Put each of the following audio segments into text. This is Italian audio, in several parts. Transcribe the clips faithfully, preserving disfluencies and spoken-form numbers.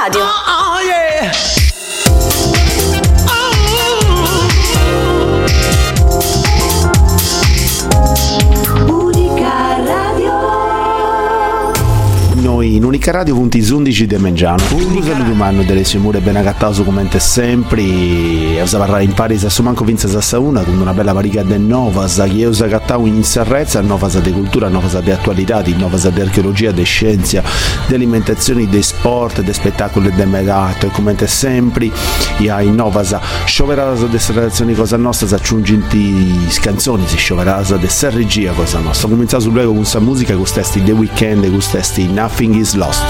Radio. Oh, oh yeah. Noi in Unica Radio punti undici di Mengiano. Un saluto umano delle simure ben agattato come sempre e usa parlare in Paris a manco Vinza Sassauna con una bella varica de novas che usa agattau in Sarrezza, novas de cultura, novas de attualità, novas de archeologia, de scienza, de alimentazioni, de sport, de spettacolo e de medato e come sempre ia in novas scioverasa de relazioni cosa nostra si aggiunginti canzoni, si scioverasa de regia cosa nostra. Cominciamo su luogo con questa musica con questi The Weeknd e con questi Nothing is Lost.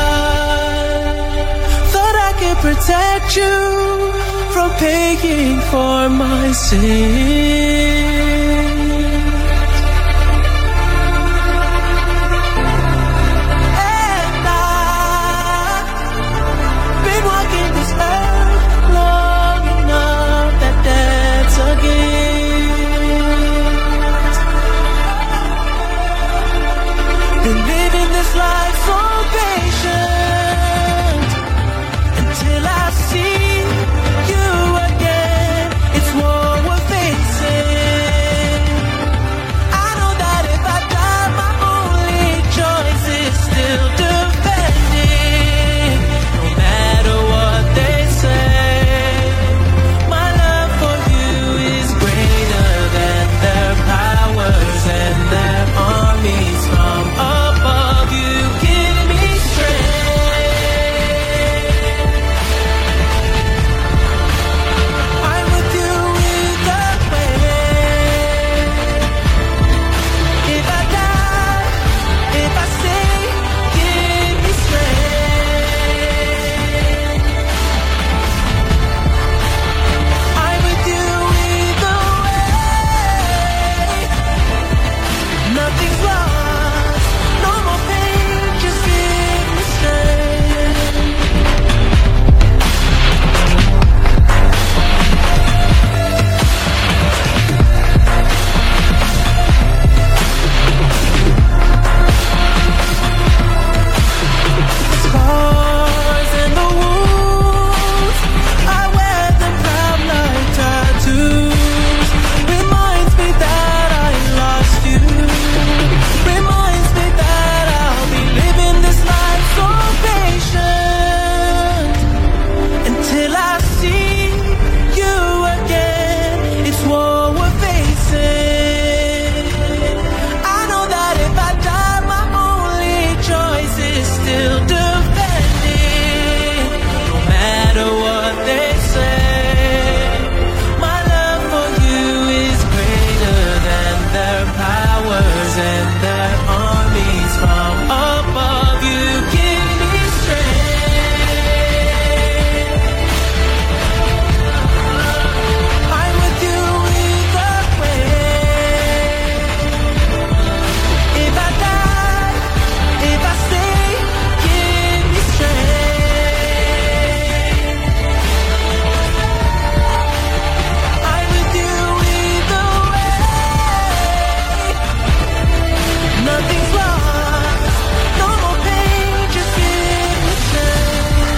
Thought I could protect you from paying for my sins. And I've been walking this earth long enough that that's a gift. Been living this life so patient until I see you again. It's war we're facing. I know that if I die, my only choice is still defending. No matter what they say, my love for you is greater than their powers and their armies from above. You give me strength. I'm with you either way. If I die, if I stay, give me strength. I'm with you either way. Nothing's lost, no more pain, just give me strength. Scars and the wounds, I wear them proud like tattoos. Reminds me that I lost you. Reminds me that I'll be living this life so patient until I see you again. It's war we're facing. I know that if I die, my only choice is still defending. No matter what they say, my love for you is greater than their powers and their armies from above. You give me strength. I'm with you either way. If I die, if I stay, give me strength. I'm with you either way. Nothing's lost, no more pain, just give me strength.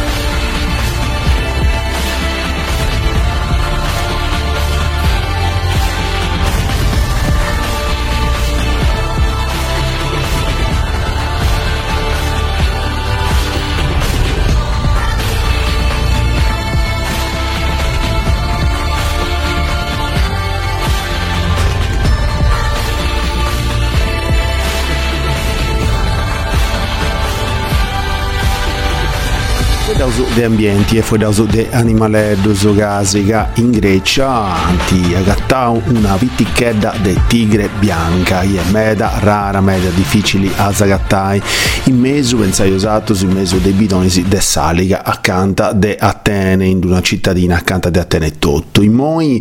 Foi da uso de ambienti e foi da uso de animaleddos gasica in Grecia anti agattau una vitichedda de tigre bianca e meda rara, meda difficili a zagattai in mezzo pensai usatos in mezzo dei bidoni de saliga accanto de Atene in una cittadina accanto de Atene tutto in moi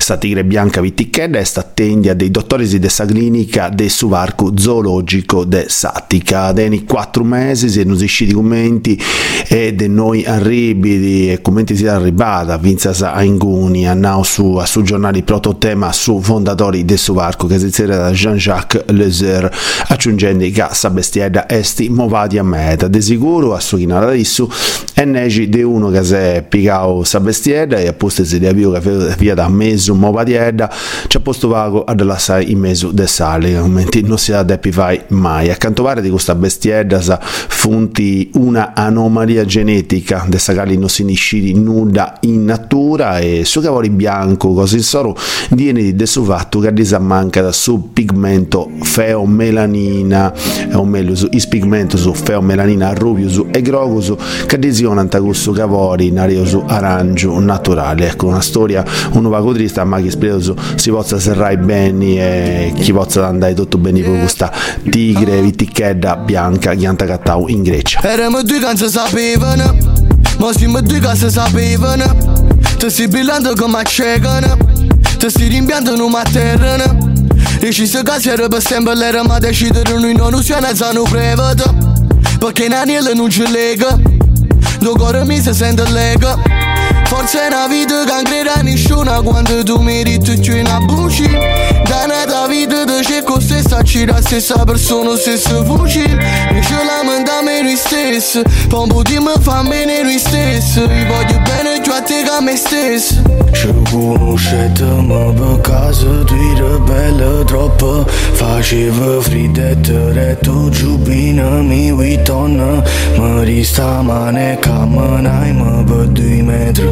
sta tigre bianca vittichedda e sta tendia dei dottori de sa clinica de su varco zoologico de Sattica. Deni quattro mesi se non si usciti commenti e de noi arribili e commenti si è arrivata vinzas a Inguni annao su a su giornali prototema su fondatori de su varco che si era da Jean-Jacques Lezer aggiungendo che sa bestiedda esti movati a meta de sicuro a su chinara adesso e negi de uno che si è picao sa bestiedda e apposta si di avvio che via da mezzo movatiedda c'è posto vago ad lasciare in mezzo de sale commenti non si ha deppi fai mai accanto pare di questa bestiedda sa funti una anomalia genetica de sa cali non si nisciri nuda in natura e su cavoli bianco così solo viene di su fatto che disa manca da su pigmento feomelanina o meglio su is pigmento su feomelanina rubius e grogus che disionanta questo cavoli nario su arancio naturale. Ecco una storia un vago triste ma che spero si possa serrai bene e chi possa andare tutto bene con questa tigre vittichedda bianca che anta cattau in Grecia. Eravamo due che non si sapevano, ma siamo due che si sapevano. Ti stai brillando come accecano, ti stai rimpiando ma terreno. E ci si casi era per sempre l'era ma decidere noi non usiamo a non prevede. Perché in anello non ci lega, lo cuore mi si sente lega. Forse è una vita che non crede a nessuno quando tu meriti più una buci. Da una vita ti cerco stessa, ci la stessa persona, stessa voce. E ci lamentiamo noi stessi, poi un po' di me fa bene noi stessi. Io voglio bene più a te che a me stesso. Ci conoscetemo per caso, tu eri bella troppo. Faceva friddette, tu giubina mi vitonna. Mi resta mane che me naima per due metri.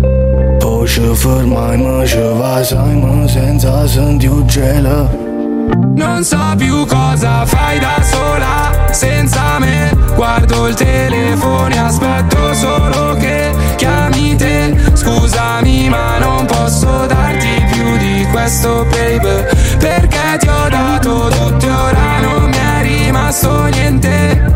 Poi ci fermai, ci vasai, senza sentire gelo. Non so più cosa fai da sola senza me. Guardo il telefono e aspetto solo che chiami te. Scusami ma non posso darti più di questo baby, perché ti ho dato tutto e ora non mi è rimasto niente.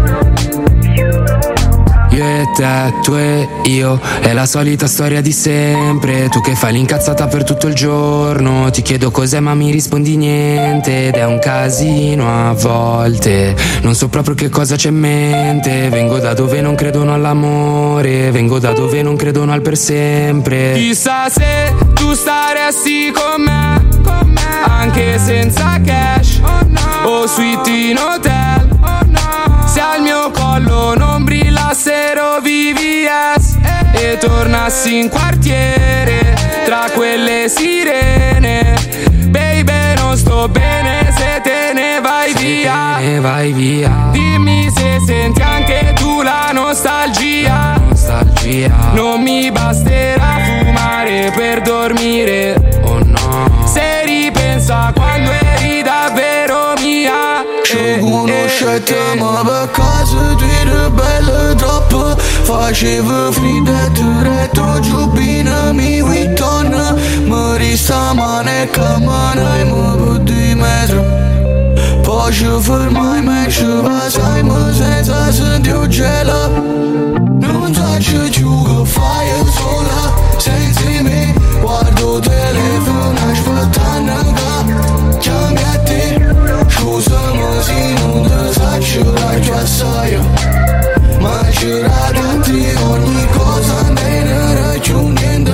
Io e te, tu e io, è la solita storia di sempre. Tu che fai l'incazzata per tutto il giorno, ti chiedo cos'è ma mi rispondi niente. Ed è un casino a volte, non so proprio che cosa c'è in mente. Vengo da dove non credono all'amore, vengo da dove non credono al per sempre. Chissà se tu staresti con me, con me. Anche senza cash, oh no. O suite in hotel, oh no. Se al mio collo non brillassero V V S e tornassi in quartiere tra quelle sirene. Baby non sto bene se te ne vai se via. Te ne vai via. Dimmi se senti anche tu la nostalgia. Nostalgia. Non mi basterà fumare per dormire, oh no. Se ripenso a quando eri davvero mia. Ci conoscetemo per caso, tu eri bella troppo. Faceva friddette, tu giubina mi vitonna. Mi resta mane che me naima per due metri. Poi ci fermai, ci vasai, senza sentire gelo. Non so più che fai sola senza me. Guardo il telefono aspettando che chiami a te. Scusami se non ti saccio la chiassai, ma c'era tanti ogni cosa ne era più niente.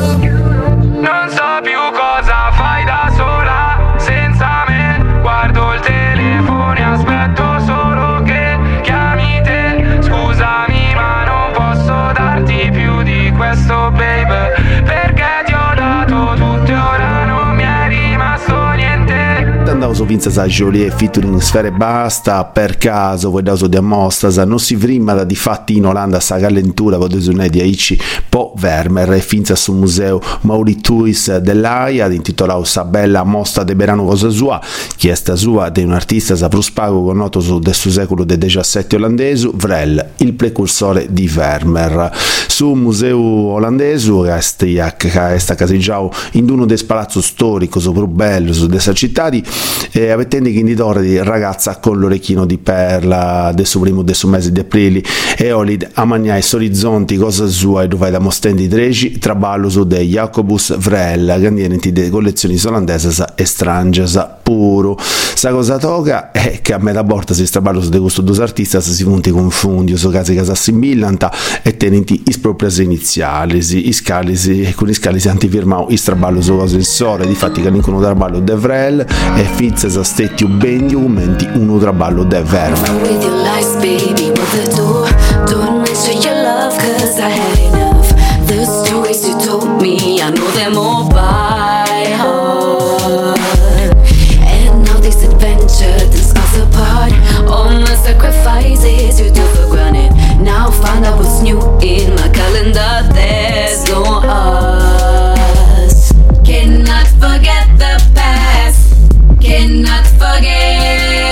Non so più cosa fai da sola senza me. Guardo il telefono e aspetto solo che chiami te. Scusami ma non posso darti più di questo baby, perché ti ho dato tutto e ora non mi è rimasto niente. Andavo su Vinza sa Joliet featuring Sfere Basta per caso voi da di Amostas non si prima da di fatti in Olanda sa calentura vado su ne di Aici po Vermeer e finza sul museo Maurituis dell'Aia intitolato Sa bella mostra de Berano cosa sua chiesta sua di un artista sa prospago connoto su del suo secolo del diciassette olandese Vrel il precursore di Vermeer su museo olandese che sta caseggiato in uno dei palazzo storico so più bello su dessa città di e avete indicatore di ragazza con l'orecchino di perla adesso primo adesso mese di aprile e olid a magnai orizzonti cosa sua e dove da mostendi treci traballo su de Jacobus Vrel candienti de collezioni olandese e strange puro sa cosa toga è che a metà volta si straballo su de questo due artisti si punti confondi so casi che si assimilanta e tenenti is proprias iniziali i scalisi e con i scalisi antifirmao i straballo su cose il sole difatti che nincuno traballo de Vrel e fizze sa stetti ben documenti uno traballo de Verme. With your lies, baby, what the door? Don't mention your love, cause I had enough. The stories you told me, I know them all by heart. And now this adventure, this us apart. All my sacrifices you took for granted. Now find out what's new in my calendar. There's no us. Cannot forget the past. Cannot forget.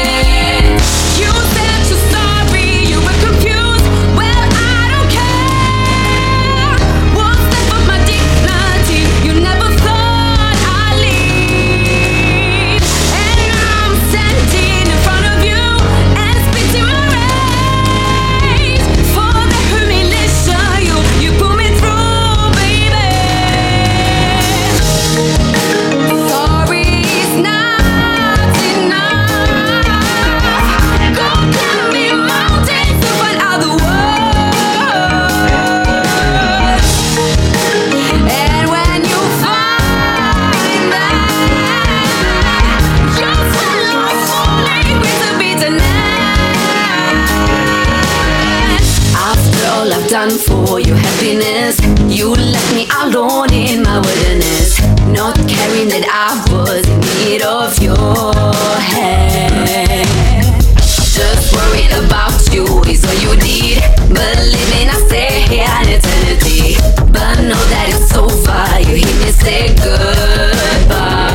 Done for your happiness. You left me alone in my wilderness, not caring that I was in need of your hand. Just worried about you is all you need. Believing I stay here an eternity, but know that it's over. You hear me say goodbye.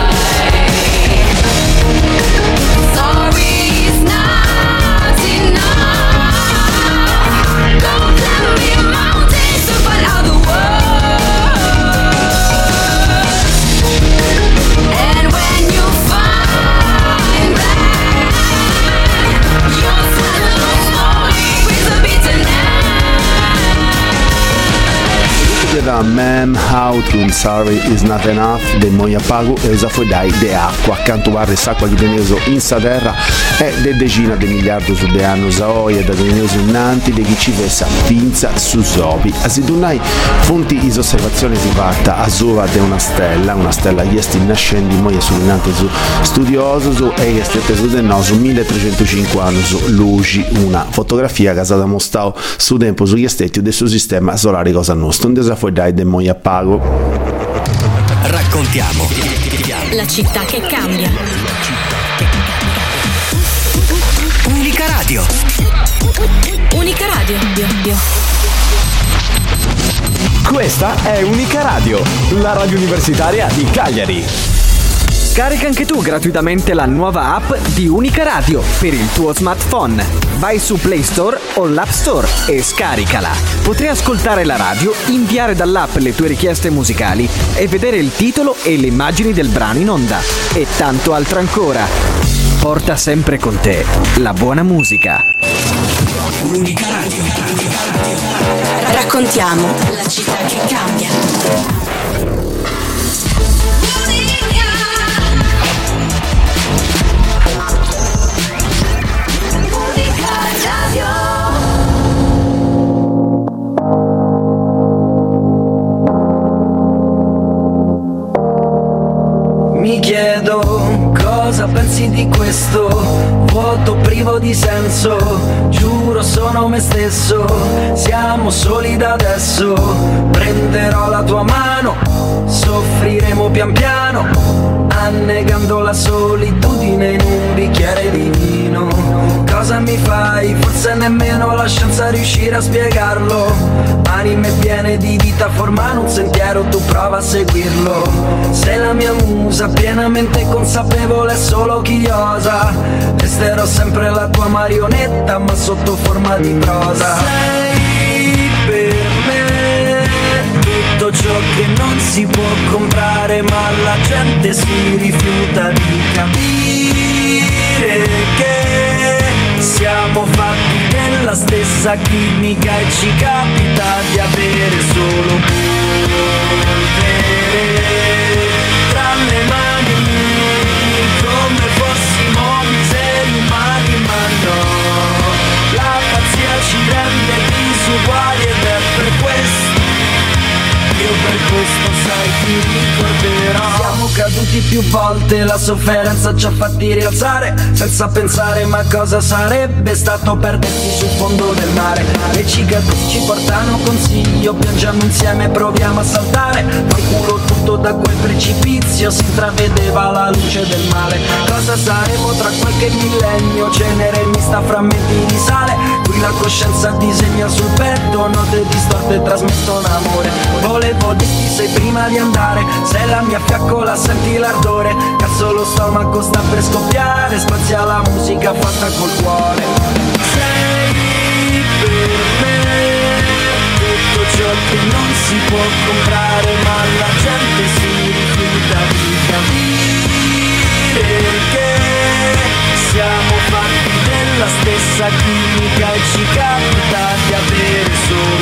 Sorry, it's not enough. Go climb me mountains to find out the world. And when you find that, you'll swallow slowly with a bitter da Man How to Sorry Is Not Enough de Moia Pago e usa foi dai de acqua accanto varre s'acqua che teneso in sa terra e de decina de miliardo su de anno saoia da teneso innanti de chi ci vessa pinza su sopi a si tunai fonti is osservazioni si fatta a sova de una stella una stella gli esti nascendi moia sull'inante su studioso su e gli esti su de no su milletrecentocinquanta su luci una fotografia casata mostao su tempo sugli estetti del suo sistema solare cosa nostro un desafio dai de Moia Pago. Raccontiamo la città che cambia. Unica Radio. Unica Radio. Questa è Unica Radio, la radio universitaria di Cagliari. Scarica anche tu gratuitamente la nuova app di Unica Radio per il tuo smartphone. Vai su Play Store o l'App Store e scaricala. Potrai ascoltare la radio, inviare dall'app le tue richieste musicali e vedere il titolo e le immagini del brano in onda. E tanto altro ancora. Porta sempre con te la buona musica. Unica Radio. Raccontiamo la città che cambia. Mi chiedo cosa pensi di questo vuoto privo di senso. Giuro sono me stesso, siamo soli da adesso. Prenderò la tua mano, soffriremo pian piano, annegando la solitudine in un bicchiere di vino. Cosa mi fai? Forse nemmeno la scienza riuscirà a spiegarlo. Anime piene di vita formano un sentiero, tu prova a seguirlo. Sei la mia musa, pienamente consapevole e solo chi osa. Resterò sempre la tua marionetta, ma sotto forma di prosa. Sei per me tutto ciò che non si si può comprare, ma la gente si rifiuta di capire che siamo fatti della stessa chimica e ci capita di avere solo polvere tra le mani, come fossimo miseri umani, ma no, la pazzia ci rende disuguali ed è per questo, io per questo sai ti ricorderò. Siamo caduti più volte, la sofferenza ci ha fatti rialzare, senza pensare ma cosa sarebbe stato perdersi sul fondo del mare. Le cicatrici ci portano consiglio, piangiamo insieme, proviamo a saltare, qualcuno tutto da quel precipizio, si intravedeva la luce del male. Cosa saremo tra qualche millennio, cenere mista, frammenti di sale, qui la coscienza disegna sul petto, note distorte trasmettono amore. Volevo dirti sei prima di andare, sei la mia fiaccola, senti l'ardore, cazzo lo stomaco sta per scoppiare, spazia la musica fatta col cuore. Sei per me tutto ciò che non si può comprare, ma la gente si rifiuta di capire che siamo fatti della stessa chimica e ci capita di avere solo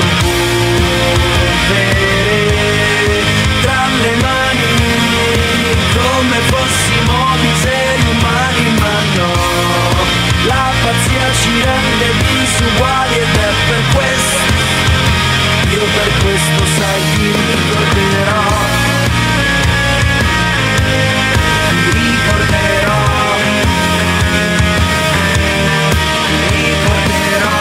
polvere tra le mani, come fossimo miseri umani, ma no, la pazzia ci rende disuguali ed è per questo, io per questo sai ti ricorderò, ti ricorderò, ti ricorderò,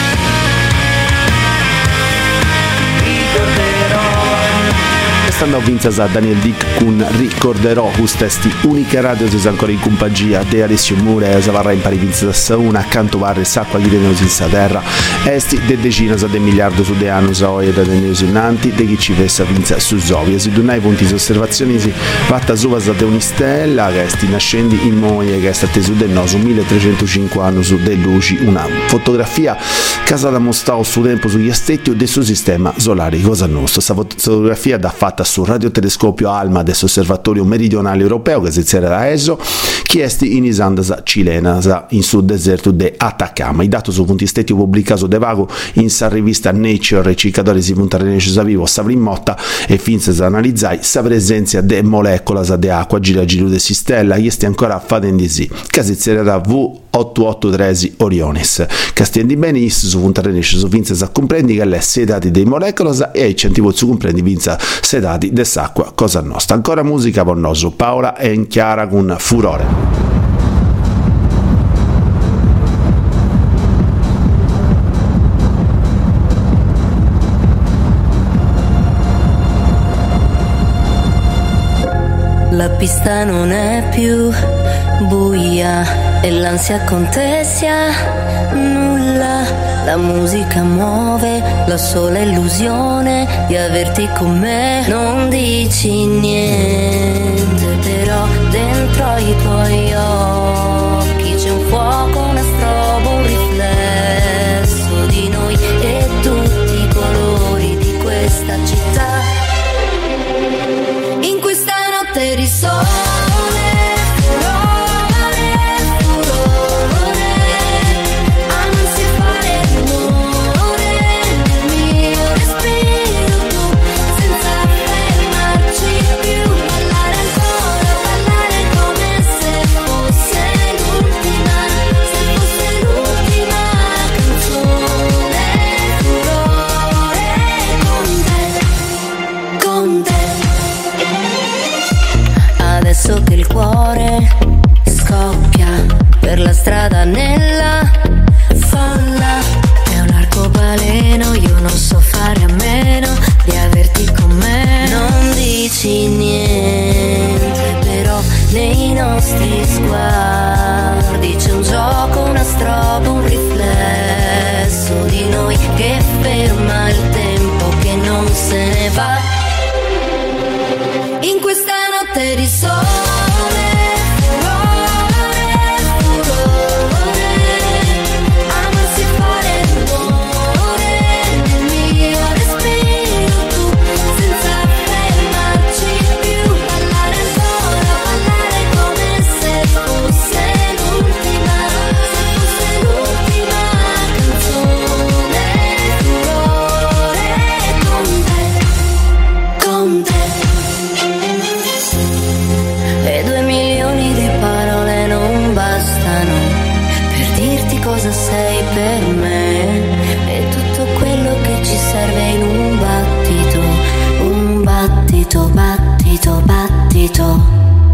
ti ricorderò. Stando a Vinzas a Daniel Dick con ricorderò us testi Unica Radio, se ancora in compagnia di Alessio Mure, Savarra in pari Vinzas una canto varre sacqua chi teneus in sa terra, esti de decinas de miliardo su de annus a oia de neus innanti, de chi ci fessa Vinza su Zovia, si dunai punti di osservazioni si fatta suvas de un'istella che esti nascendi in moie che è stata su del noso milletrecentocinque anni su de luci, una fotografia casa da mostrare su tempo sugli aspetti del suo sistema solare, cosa nostro, questa fotografia da fatta sul radiotelescopio ALMA del Osservatorio Meridionale Europeo che si zera da ESO, chiesti in isandasa cilena in sul deserto de Atacama. I dati su punti stati pubblicati de vago in sa rivista Nature, ricercatori si puntare sa vivo savrin motta e finse sa analizzai sa presenza de molecola de acqua gira giro de sistella, chiesti ancora fadendisi che si zera da V ottocentotredici Orionis. Castiendi bene is su puntare su finse sa comprendi che le sedati dei molecola e ai centivo su comprendi vinza sedati de s'acqua cosa nostra. Ancora musica per noso Paola e Chiara con Furore. La pista non è più buia e l'ansia contessa nulla, la musica muove la sola illusione di averti con me. Non dici niente, però dentro i tuoi occhi c'è un fuoco, una strobo, un riflesso di noi e tutti i colori di questa città. In questa notte di sole che il cuore scoppia per la strada nella folla, è un arcobaleno, io non so fare a meno di averti con me. Non dici niente, però nei nostri sguardi c'è un gioco, una strobo, un riflesso di noi che ferma il tempo che non se ne va. In questa notte di sole, furore, furore, con te. E due milioni di parole non bastano per dirti cosa sei per me. E tutto quello che ci serve in un battito, un battito, battito, battito.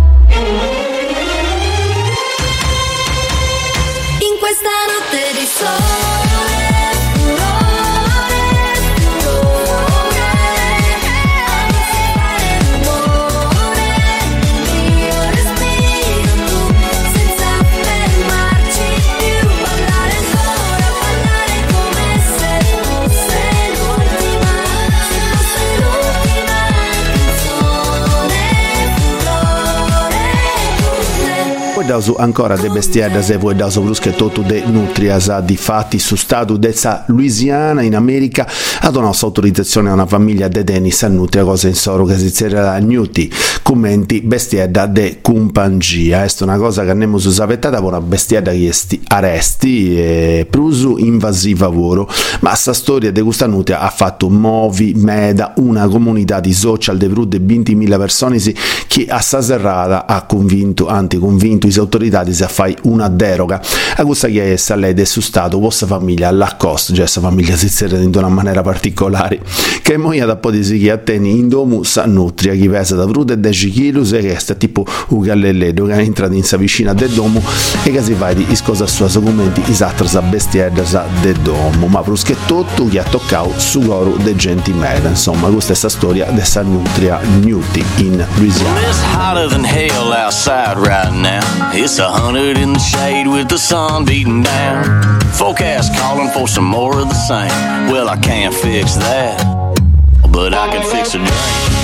In questa notte di sole, furore, furore, anzi fare rumore, io respiro tu, senza fermarci più, parlare ancora, parlare come se fosse l'ultima, se fosse l'ultima canzone, furore, furore. Poi da su ancora de bestiedda se poi da su brusche tutto de nutrias di fatti su stato dessa Louisiana in America ad una nostra autorizzazione a una famiglia de Dennis a nutria cosa in soro che si zerra Newti commenti bestiedda de cumpangia. È una cosa che andiamo su sapettata con una bestiedda che esti arresti e prusu invasiva voro, ma sta storia de questa nutria ha fatto movi meda una comunità di social de più di ventimila persone che a sta serrata ha convinto anticonvinto le autorità di a fare una deroga a questa che è sta lei del suo stato vostra famiglia alla costa, cioè questa famiglia si zerra in una maniera particolare che mo da po' di si che atteni in domu sa nutria che pesa da più di dieci chili e che sta tipo un gallelledo che entra in sa vicina del domu e che si fa di iscosa sua commenti isatra sa bestiedda sa del domu, ma prusche tutto che ha toccato su loro de genti meda. Insomma questa è sta storia dessa nutria Newty in Louisiana. It's hotter than hell outside right now. It's a hundred in the shade with the sun beating down. Forecast calling for some more of the same. Well, I can't fix that, but I can fix a drink.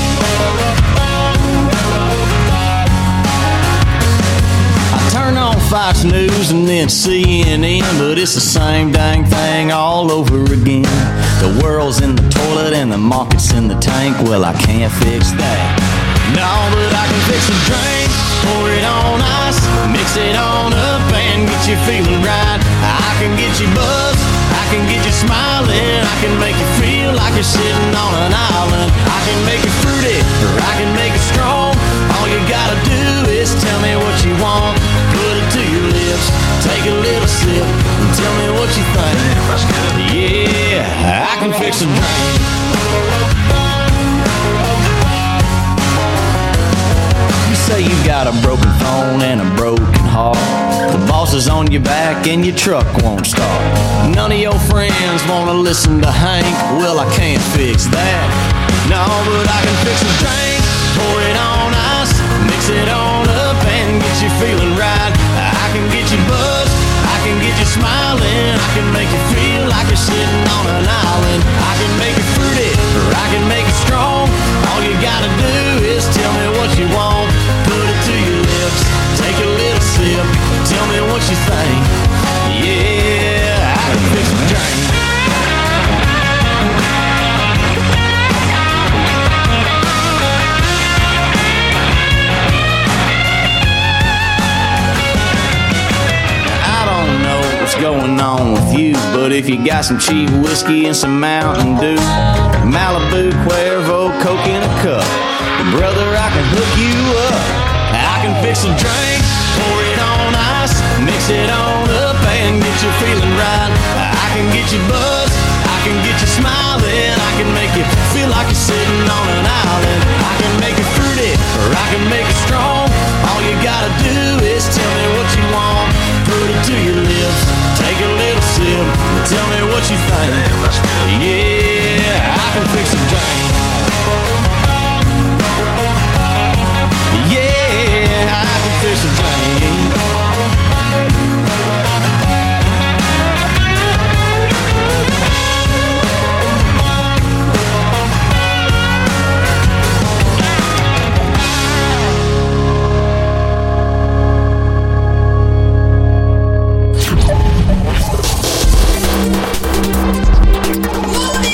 I turn on Fox News and then C N N, but it's the same dang thing all over again. The world's in the toilet and the market's in the tank. Well, I can't fix that. No, but I can fix a drink. Pour it on ice, mix it on up and get you feeling right. I can get you buzzed, I can get you smiling, I can make you feel like you're sitting on an island. I can make it fruity, or I can make it strong. All you gotta do is tell me what you want. Put it to your lips, take a little sip, and tell me what you think. Yeah, I can fix a drink. Say you got a broken phone and a broken heart. The boss is on your back and your truck won't start. None of your friends wanna listen to Hank. Well, I can't fix that. No, but I can fix a drink. Pour it on ice, mix it on up and get you feeling right. I can get you buzzed, I can get you smiling, I can make you feel like you're sitting on an island. I can make it fruity, or I can make it strong. All you gotta do is tell me what you want. Put it to your lips, take a little sip, tell me what you think. Yeah, I can fix a drink. I don't know what's going on with you, but if you got some cheap whiskey and some Mountain Dew, Malibu, Cuervo, Coke in a cup, brother, I can hook you up. I can fix a drink, pour it on ice, mix it on up and get you feeling right. I can get you buzzed, I can get you smiling, I can make you feel like you're sitting on an island. I can make it fruity, or I can make it strong. All you gotta do is tell me what you want. Put it to your lips, take a little sip, and tell me what you think. Yeah, I can fix a drink. Yeah, I can fix a drink. Move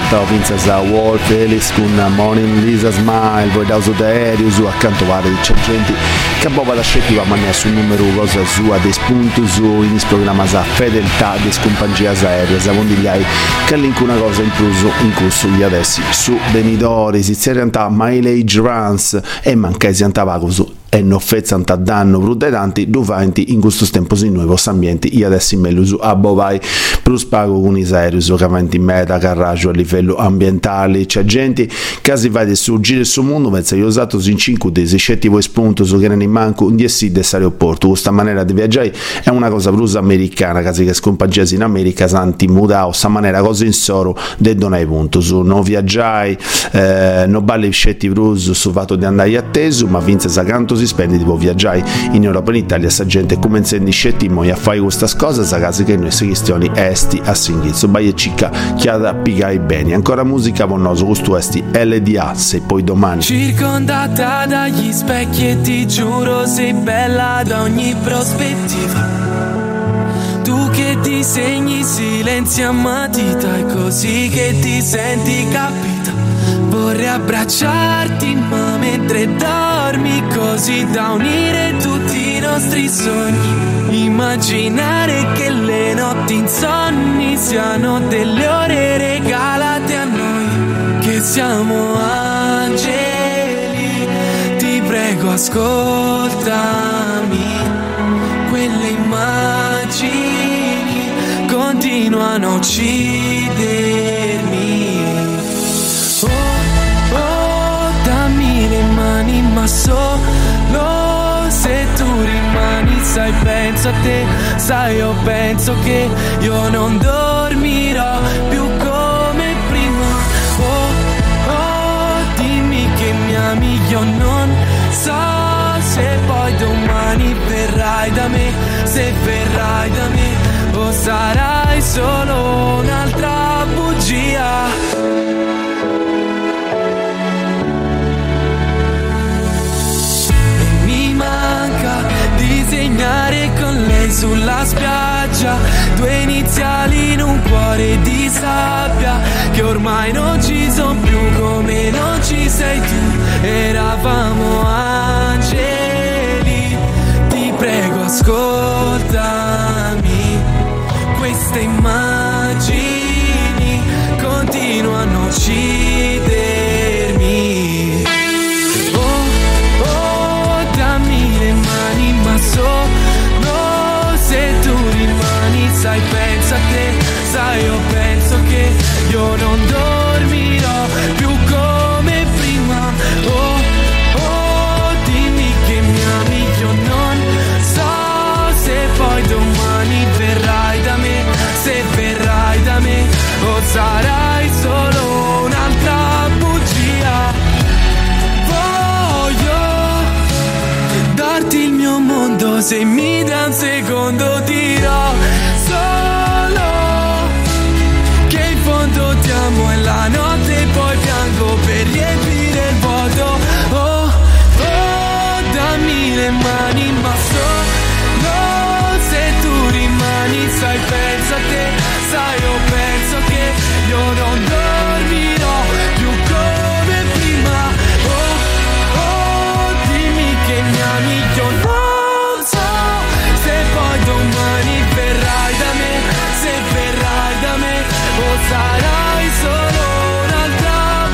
ascoltato Vincenza Wolf Ellis con Morning Lisa Smile, poi Dauso Aereo accanto a vari gente che bova la scelta ma sul numero cosa sua dei spunti su in programma sa fedeltà di scompangia aerea sa condigliai che link una cosa in plus in corso gli adesso su Benidori si seriantà mileage runs e manca si antava così e non fezzanta danno brutte tanti duvanti in questo tempo in nuovi ambienti io adesso in meglio su Abovai plus pago con i aerei che avanti in meta carraggio a livello ambientale c'è gente che si va su giro sul mondo pensa io ho usato in cinque dei scetti voi spunto su che ne manco un D S I dell'aeroporto questa maniera di viaggiare è una cosa plus americana casi che scompaggiasi in America santi mudao sta maniera cosa in soro del donai punto su non viaggiai eh, non balli scetti plus su fatto di andare atteso ma vince sa canto si spende tipo viaggiare in Europa e in Italia sta gente come insendi scettimo a fare questa cosa sa casi che noi se questioni esti a singhizzo baie cicca chiada pigai bene ancora musica bonnoso questo esti L D A se poi domani circondata dagli specchi e ti giuro sei bella da ogni prospettiva tu che disegni silenzi a matita è così che ti senti capita vorrei abbracciarti ma mentre dormi così da unire tutti i nostri sogni immaginare che le notti insonni siano delle ore regalate a noi che siamo angeli ti prego ascoltami quelle immagini continuano a uccidermi le mani ma solo se tu rimani sai penso a te sai io penso che io non dormirò più come prima oh oh dimmi che mi ami io non so se poi domani verrai da me se verrai da me o sarai solo un'altra bugia disegnare con lei sulla spiaggia due iniziali in un cuore di sabbia che ormai non ci sono più come non ci sei tu eravamo angeli ti prego ascoltami queste immagini continuano a uccidermi oh oh dammi le mani ma solo se tu rimani sai penso a te sai io penso che io non dormirò più come prima oh oh dimmi che mi ami io non so se poi domani verrai da me se verrai da me o sarai solo un'altra bugia voglio darti il mio mondo se mi dai un secondo dirò solo che in fondo ti amo e la notte poi piango per riempire il vuoto oh oh dammi le mani ma solo se tu rimani sai penso a te sai io penso che io non dormirò più come prima oh oh dimmi che mi ami io non so se poi domani verrai da me se verrai da me o sarai solo un'altra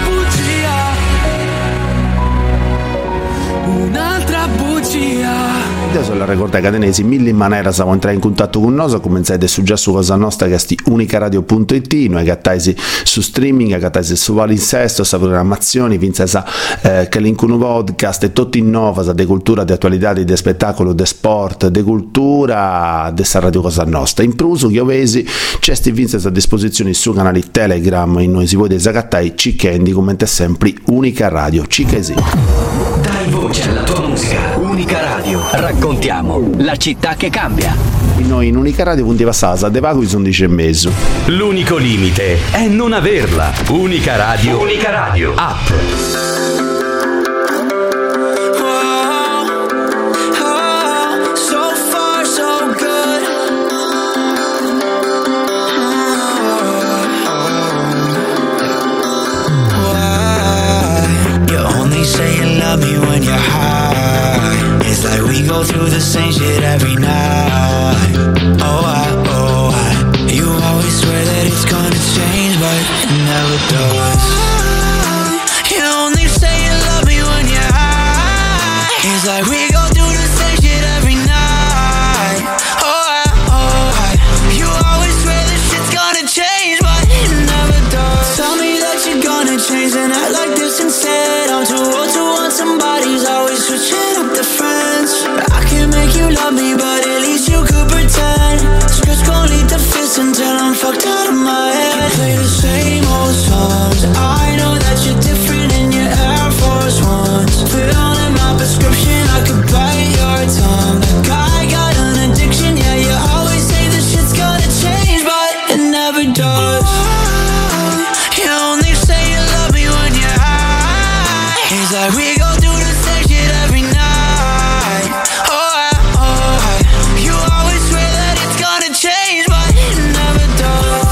bugia un'altra bugia adesso la ricorda cadenesi mille manera siamo entrare in contatto con noi cominciate su già su cosa nostra che sti unicaradio punto it noi gattaisi su streaming gattaisi su palinsesto sa programmazioni vincenza eh, che link un podcast e tutto in nova sa de cultura de attualità de spettacolo de sport de cultura de sa radio cosa nostra in pruso che ovesi c'è sti vincenza a disposizione su canali Telegram in noi si vuole esagattai cicchendi come sempre Unica Radio Cicchesi dai voce alla tua musica Unica Radio raccontiamo la città che cambia noi in Unica Radio punti passata de pago i undici e mezzo l'unico limite è non averla Unica Radio Unica Radio app love me when you're high. It's like we go through the same shit every night. Oh I, oh I, you always swear that it's gonna change, but it never does. You only say you love me when you're high. It's like we go through the same shit every night. Oh I, oh I, you always swear that shit's gonna change, but it never does. Tell me that you're gonna change and act like this instead. I'm too old to want somebody's always switching up the friends. I can make you love me, but at least you could pretend. Scripts gon' lead to fists until I'm fucked out of my head. You play the same old songs. I know that you're different in your Air Force Ones. Put on in my prescription, I could bite your tongue. Like I got an addiction, yeah, you always say this shit's gonna change, but it never does. You only say you love me when you're high. It's like we go through the same shit every night. Oh I, oh I, you always swear that it's gonna change, but it never does.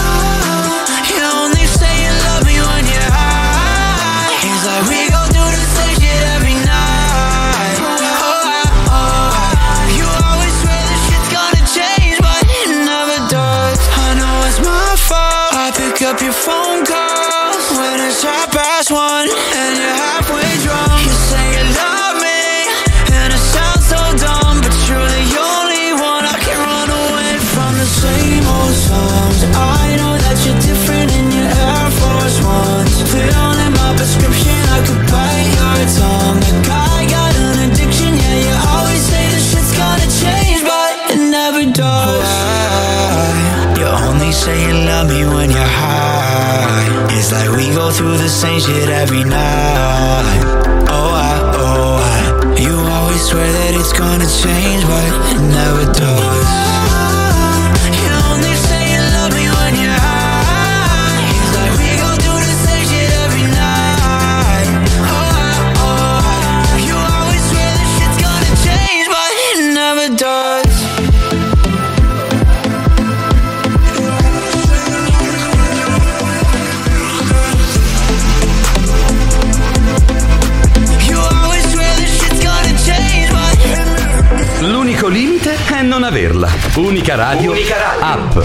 You only say you love me when you're high. It's like we go through the same shit every night. Oh I, oh I, you always swear this shit's gonna change, but it never does. I know it's my fault. I pick up your phone calls when it's half past one and you're halfway drunk. You say you love me and it sounds so dumb, but you're the only one I can run away from. The same old songs. I know that you're different in your Air Force Ones. Put on in my prescription, I could bite your tongue. Like I got an addiction, yeah, you always say this shit's gonna change, but it never does. You only say you love me when you're high. It's like we go through the same shit every night. Oh I, oh I, you always swear that it's gonna change, but it never does. You only say you love me when you're high. It's like we go through the same shit every night. Oh I, oh I, you always swear that shit's gonna change, but it never does. L'unico limite è non averla. Unica Radio, Unica Radio. App.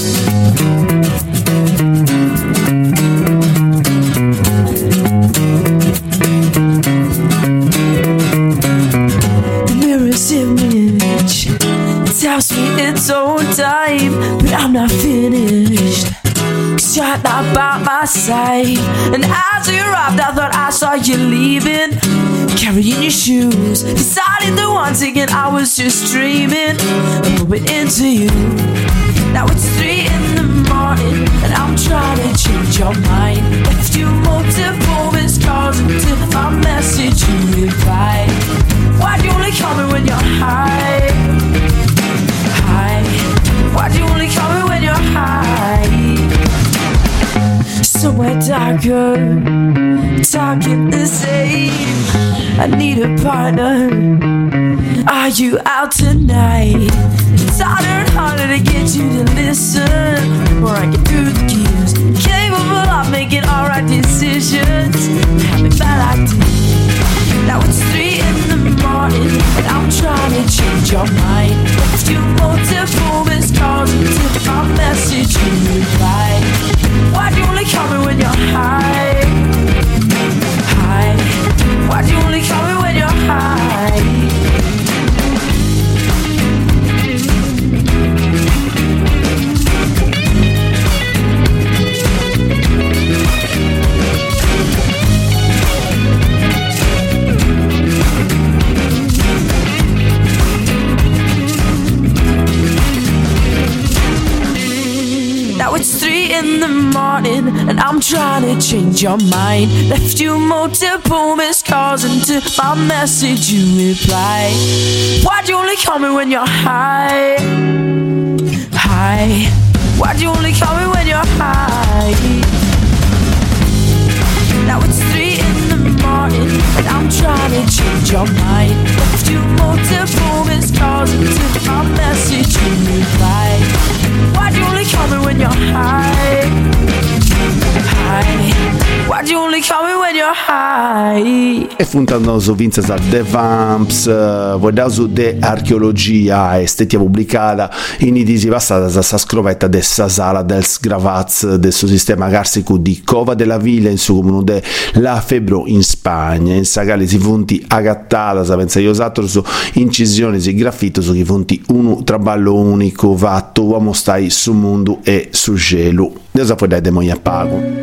The mirror's image tells me it's own time, but I'm not finished. 'Cause you're not by my side. And as you arrived, I thought I saw you leaving, carrying your shoes, decided to once again I was just dreaming of moving into you. Now it's three in the morning and I'm trying to change your mind. Left you multiple missed calls until my message you reply. Why do you only call me when you're high? High. Why do you only call me when you're high? Somewhere darker, talking the same. I need a partner. Are you out tonight? It's harder and harder to get you to listen before I get through the gears. Capable of making alright decisions, having bad ideas. Now it's three in the morning and I'm trying to change your mind. Left you multiple missed calls until my message you reply. Why do you only call me when you're high? High. Why do you only call me when you're high? Now it's three in the morning and I'm trying to change your mind. Left you multiple missed calls until my message you reply. Why'd you only call me when you're high? High. Why'd you only call me when you're high? Now it's three in the morning and I'm trying to change your mind. Left you multiple missed calls until my message you reply. Why'd you only call me when you're high? High. Why'd you only call me when you're high? mai. E puntando su Vinces a The Vamps, uh, vogliamo su de archeologia e stetia pubblicata in idisi passata da sa scrovetta de sa sala del sgravaz del suo sistema carsico di Cova della Villa in su comune de La Febro in Spagna. In sagale si funti agattata, sa pensa io esatto su incisioni si graffito su chi funti un traballo unico vatto uomo stai su mondo e su gelo. Dio sa poi dai demoni a pago.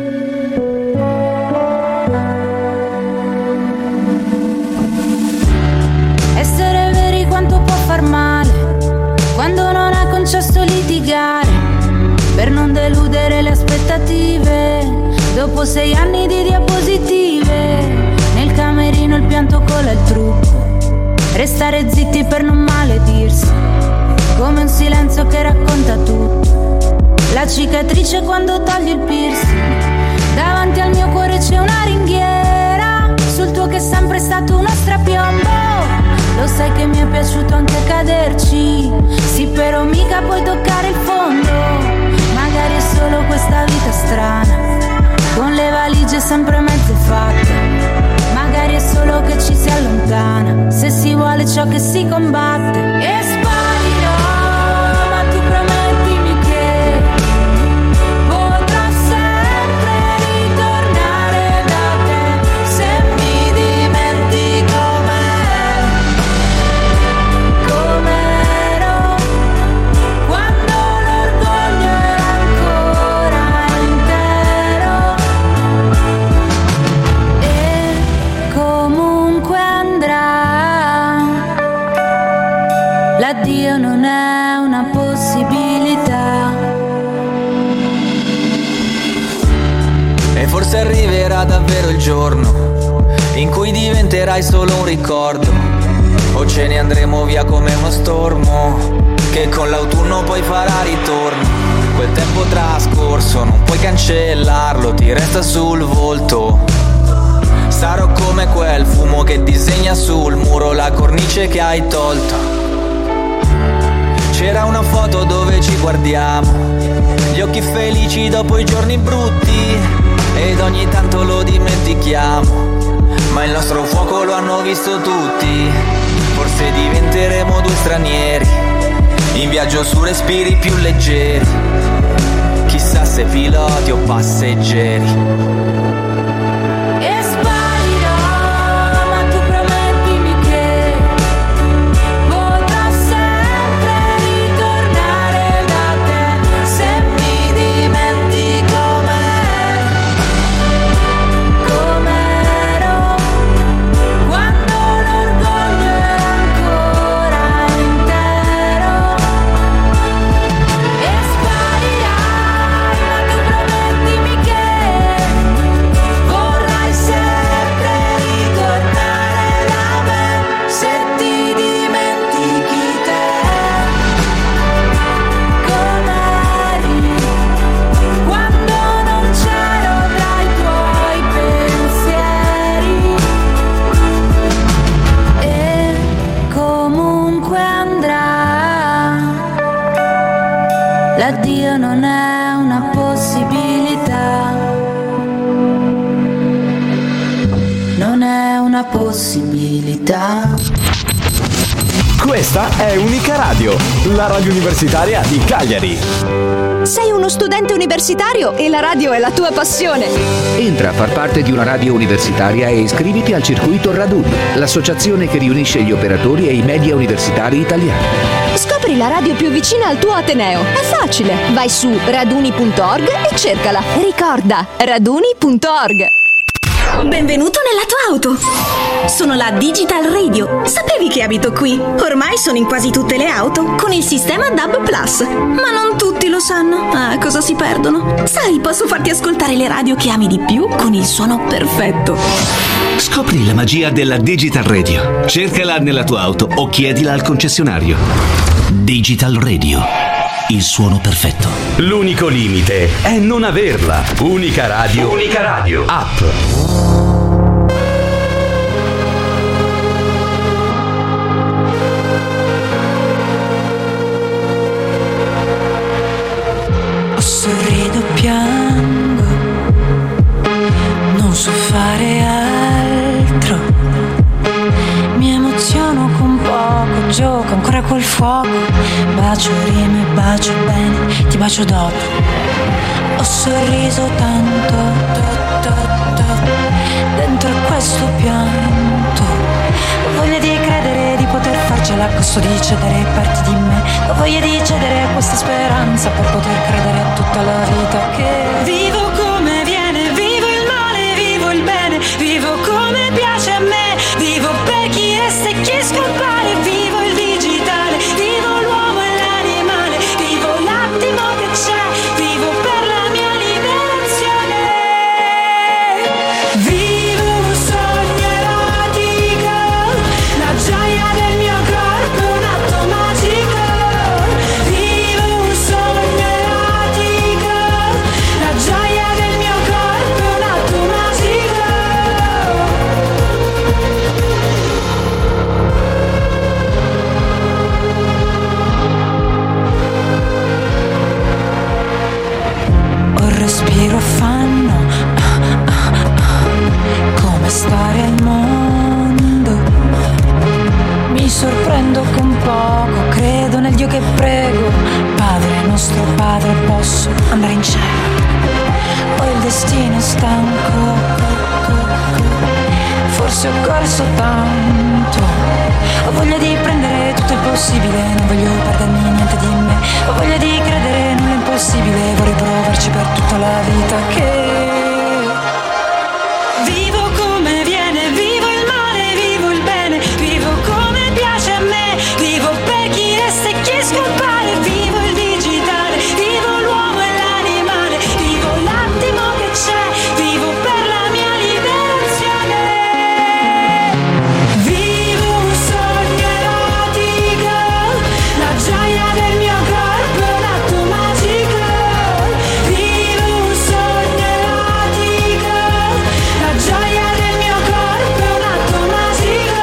Quando non ha concesso litigare per non deludere le aspettative, dopo sei anni di diapositive, nel camerino il pianto cola il trucco, restare zitti per non maledirsi, come un silenzio che racconta tutto, la cicatrice quando togli il piercing, davanti al mio cuore c'è una ringhiera, sul tuo che è sempre stato uno strapiombo. Lo sai che mi è piaciuto anche caderci, sì però mica puoi toccare il fondo, magari è solo questa vita strana, con le valigie sempre mezze fatte, magari è solo che ci si allontana, se si vuole ciò che si combatte. E sparirò, ma tu promettimi che potrò sempre ritornare da te, se mi dimentico l'addio non è una possibilità. E forse arriverà davvero il giorno in cui diventerai solo un ricordo, o ce ne andremo via come uno stormo che con l'autunno poi farà ritorno. Quel tempo trascorso non puoi cancellarlo, ti resta sul volto. Sarò come quel fumo che disegna sul muro la cornice che hai tolto. C'era una foto dove ci guardiamo, gli occhi felici dopo i giorni brutti, ed ogni tanto lo dimentichiamo, ma il nostro fuoco lo hanno visto tutti. Forse diventeremo due stranieri, in viaggio su respiri più leggeri, chissà se piloti o passeggeri. L'addio non è una possibilità, non è una possibilità. Questa è Unica Radio, la radio universitaria di Cagliari. Sei uno studente universitario e la radio è la tua passione. Entra a far parte di una radio universitaria e iscriviti al Circuito Raduni, l'associazione che riunisce gli operatori e i media universitari italiani. Scopri la radio più vicina al tuo ateneo. È facile. Vai su raduni punto org e cercala. Ricorda, raduni punto org. Benvenuto nella tua auto. Sono la Digital Radio. Sapevi che abito qui? Ormai sono in quasi tutte le auto con il sistema D A B Plus. Ma non tutti lo sanno. Ah, cosa si perdono? Sai, posso farti ascoltare le radio che ami di più con il suono perfetto. Scopri la magia della Digital Radio. Cercala nella tua auto o chiedila al concessionario. Digital Radio. Il suono perfetto. L'unico limite è non averla. Unica Radio. Unica Radio. App. Sorrido, piango, non so fare altro. gioco ancora col fuoco. Bacio rime, bacio bene, ti bacio dopo. Ho sorriso tanto, to, to, to, dentro questo pianto. Ho voglia di credere di poter farcela a costo di cedere parti di me. Ho voglia di cedere a questa speranza per poter credere a tutta la vita che vivo come viene, vivo il male, vivo il bene, vivo come piace a me, vivo per chi resta e chi scompare, vivo il digitale, vivo l'uomo e l'animale, vivo l'attimo che c'è, vivo per la mia liberazione. Vivo un sogno erotico, la gioia del mio corpo è un atto magico. Vivo un sogno erotico, la gioia del mio corpo è un atto magico. Un respiro fanno ah, ah, ah, come stare al mondo. Mi sorprendo con poco, credo nel Dio che prego. Padre nostro Padre, posso andare in cielo. Ho il destino stanco, forse ho corso tanto. Ho voglia di prendere tutto il possibile, non voglio perdermi niente di me. Ho voglia di credere nell'impossibile, vorrei provarci per tutta la vita che vivo come viene, vivo il male, vivo il bene, vivo come piace a me, vivo per chi resta e chi scompare, vivo il digitale, vivo l'uomo e l'animale, vivo l'attimo che c'è, vivo per la mia liberazione. Vivo un sogno erotico, la gioia del mio corpo è un atto magico. Vivo un sogno erotico, la gioia del mio corpo è un atto magico.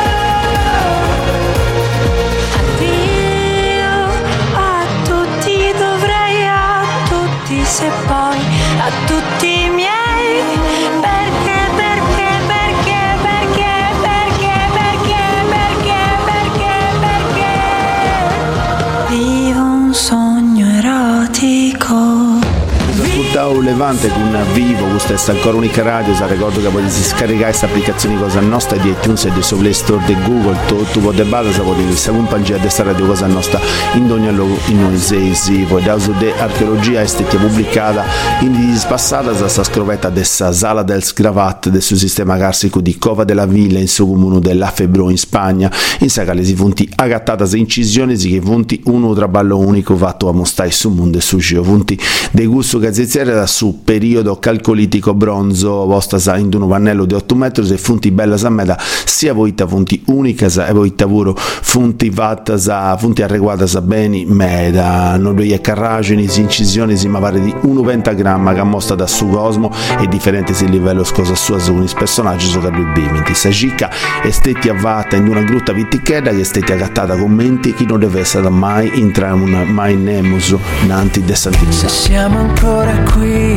Addio a tutti, dovrei a tutti, se poi a tutti i miei. Perché, perché, perché, perché, perché, perché, perché, perché, perché vivo un sogno erotico. Ascoltavo Levante con Vivo, questa è ancora Unica Radio. Se ricordo che potete scaricare questa applicazione Cosa Nostra di iTunes e di su Play Store di Google. Tu potete bada, se potete questa compagnia di questa radio Cosa Nostra in ogni luogo in noi sei. Poi da uso di archeologia è stata pubblicata in di spassata questa scrovetta dessa sala del Sgravat del suo sistema carsico di Cova della Villa in suo comune della Febro in Spagna. In sacale si funti agattata se incisioni si che funti uno traballo unico fatto a mostrare su mondo e su geo funti dei gusto gazzettiere da su periodo calcolitico bronzo vostra in un pannello di otto metri e funti bella sammeta sia voita funti unica e voita puro funti fatta sa funti arreguata sa beni meda non due carragini si incisioni si ma pare di un pentagramma che mostra da su cosmo e differente si livello scosa sua su un personaggio su che lui bimiti sa cicca e stetti avvata in una grutta vittichedda che stetti agattata commenti chi non deve essere mai entrare un mai nemus nanti de santimento. Se siamo ancora qui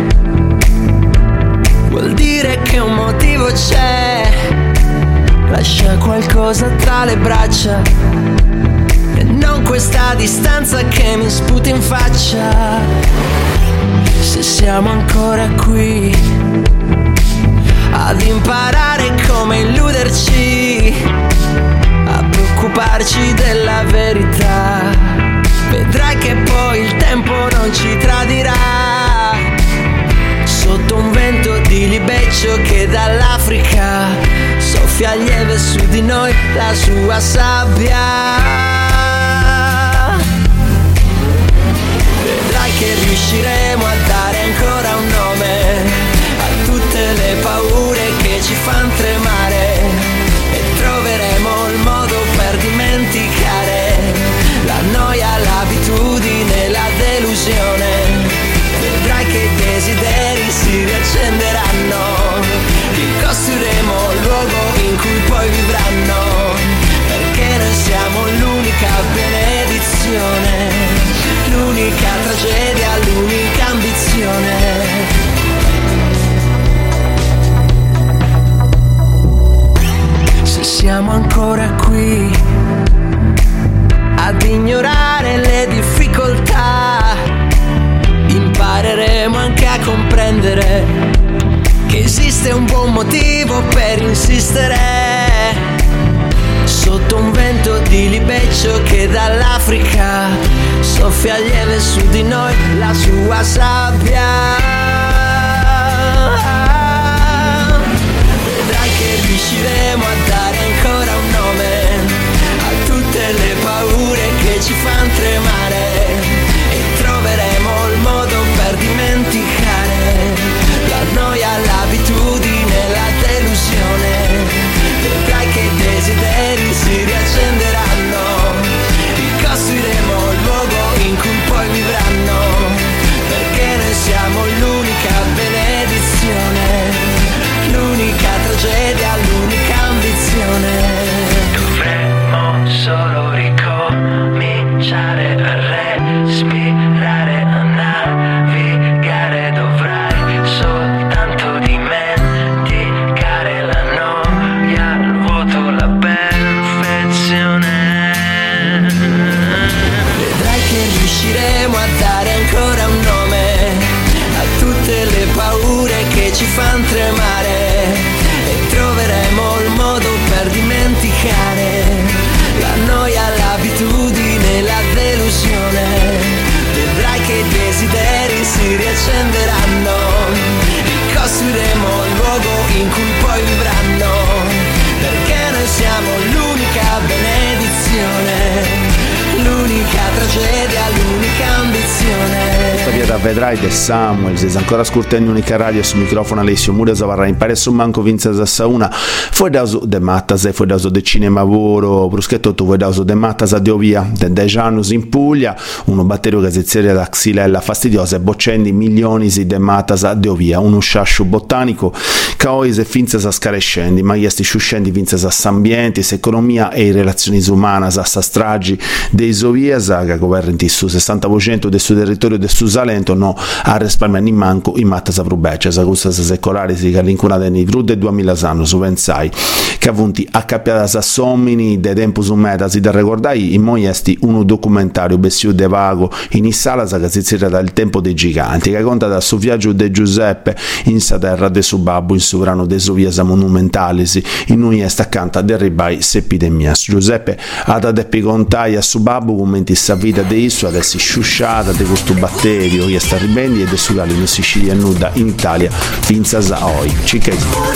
vuol dire che un motivo c'è. Lascia qualcosa tra le braccia e non questa distanza che mi sputa in faccia. Se siamo ancora qui ad imparare come illuderci, a preoccuparci della verità, vedrai che poi il tempo non ci tradirà. Sotto un vento di libeccio che dall'Africa soffia lieve su di noi la sua sabbia. Vedrai che riusciremo a dare ancora un nome a tutte le paure che ci fanno tremare e troveremo il modo per dimenticare la noia, l'abitudine, la delusione. Vedrai che i desideri si riaccenderanno, ricostruiremo il luogo in cui poi vivranno, perché noi siamo a comprendere che esiste un buon motivo per insistere. Sotto un vento di libeccio che dall'Africa soffia lieve su di noi la sua sabbia. Vedrai che riusciremo a dare ancora un nome a tutte le paure che ci fanno tremare, e troveremo il modo per dimenticare la noia, l'abitudine, la delusione. Vedrai che i desideri si riaccenderanno, ricostruiremo il luogo in cui poi vivranno, perché noi siamo l'unica benedizione, l'unica tragedia, l'unica ambizione. Dovremmo solo ricominciare a respirare, a navigare. Dovrai soltanto dimenticare la noia, il vuoto, la perfezione. Vedrai che riusciremo a dare ancora un nome a tutte le paure che ci fanno tremare, e troveremo il modo per dimenticare la noia, l'abitudine, la delusione. Vedrai che i desideri si riaccenderanno, ricostruiremo il luogo in cui poi vivranno, perché noi siamo l'unica benedizione, l'unica tragedia, l'unica ambizione. Questa via da vedrai de Samuel, se ancora ascoltando Unica Radio su microfono Alessio Muda Zavarra in pare su manco Vinza Sassauna, foi da uso de Mattas, foi da uso de cinema voro, bruschetto tu foi da uso de Mattas a Deovia, de deci anni in Puglia, uno batterio che si seria da xylella fastidiosa e boccendi milioni di de Mattas a Deovia, uno sciascio botanico, caoise finza sa scarescendi, ma gli sciuscendi finza sa s'ambienti, s'economia e i relazioni umane sa sa stragi dei Soviesa che governano su sessanta per cento del suo territorio del suo Salento, no a risparmiare in manco in matta sa prubeccia sa questa secolare si che l'incunata nei più di duemila anni su pensai che avunti accappiata sa sommini de tempo su meta si da ricordai in moi esti uno documentario bessio de vago in sala sa che si zira dal tempo dei giganti che conta da su viaggio de Giuseppe in sa terra de su babbo in sovrano de Soviesa monumentalisi in noi est accanto a derribai s'epidemia Giuseppe ad adeppi contai a su babbo commenti sa vita de isso adesso sciusciata de questo batterio che sta ribendi e de su in Sicilia e nuda in Italia finza sa oi cica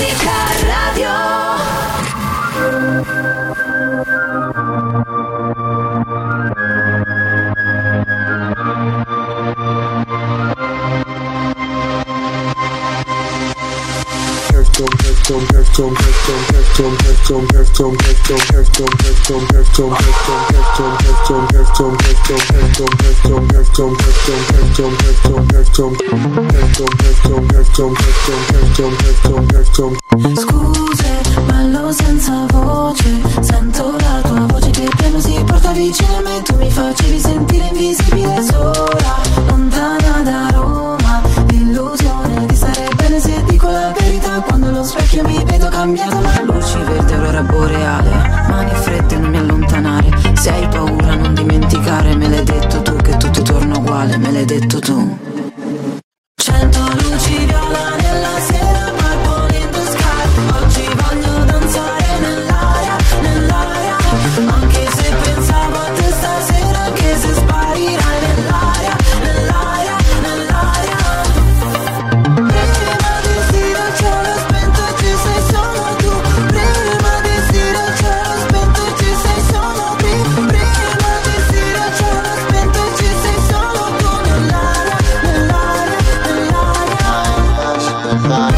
Scuse, ballo senza voce, sento la tua voce che piano si porta vicino a me, tu mi facevi sentire invisibile sola, lontana da Roma, l'illusione di stare bene se dico la verità, quando allo specchio mi vedo cambiata, ma luci verde, aurora boreale, mani fredde non mi allontanare, se hai paura non dimenticare, me l'hai detto tu che tutto torna uguale, me l'hai detto tu. Cento luci viola nella sera, purple in the sky, oggi voglio danzare nell'aria, nell'aria, anche se pensavo a te stasera, anche se sparirai nell'aria, nell'aria, nell'aria. Prima di stire il cielo spento e ci sei solo tu, prima di stire il cielo spento e ci sei solo tu, prima di stire il cielo spento e ci sei solo tu, nell'aria, nell'aria, nell'aria.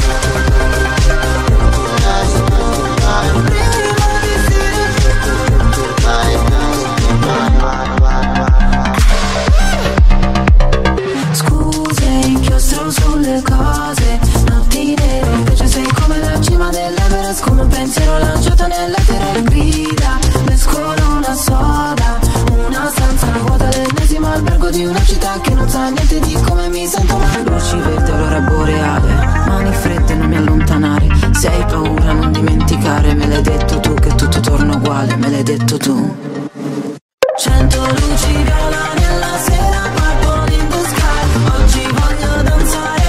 Scuse, inchiostro sulle cose, notti nere, invece sei come la cima dell'Everest, come un pensiero lanciato nell'etere, grida, mescolo una soda, una stanza, una vuota, l'ennesimo albergo di una città che non sa niente di come mi sento, ma luci verde, aurora boreale, mani fredde non mi allontanare, se hai paura non dimenticare, me l'hai detto tu che tutto torna uguale, me l'hai detto tu. Cento luci viola nella sera, purple in the sky, oggi voglio danzare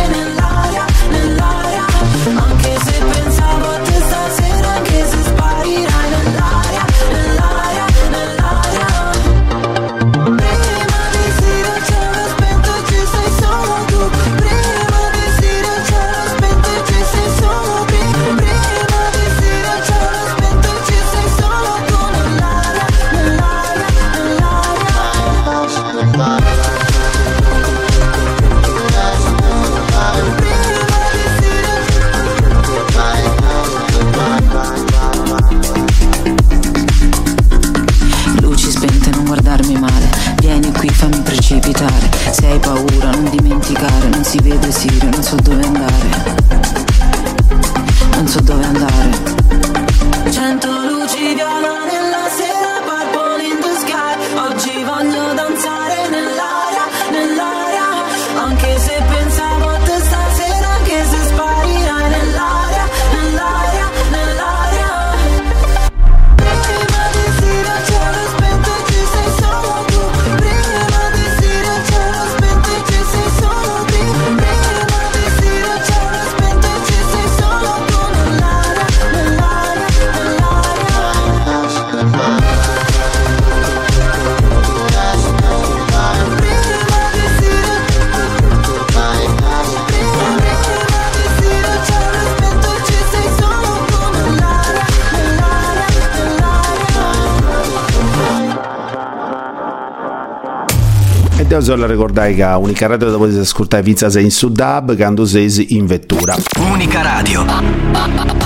fammi precipitare. Se hai paura non dimenticare, non si vede Sirio, non so dove andare, non so dove andare. Cento luci viola nella sera, purple in the sky. Oggi voglio danzare nell'aria, nell'aria. Anche se pensavo a te stasera, anche se sparirai nell'aria, nell'aria, nell'aria. Prima di sera cielo spento e ci sei solo tu. Prima di sera cielo spento e ci sei solo tu. Prima di sera cielo spento e ci sei solo tu. Nell'aria, nell'aria, nell'aria. E devo solo ricordare che Unica Radio dopo di ascoltare Pizza sei in Sudab quando sei in vettura. Unica Radio.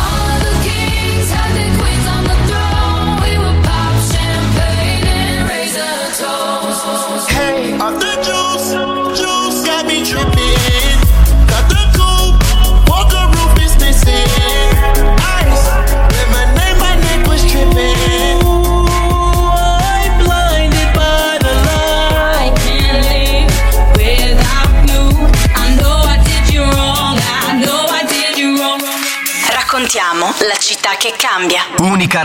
Raccontiamo la città che cambia. Unica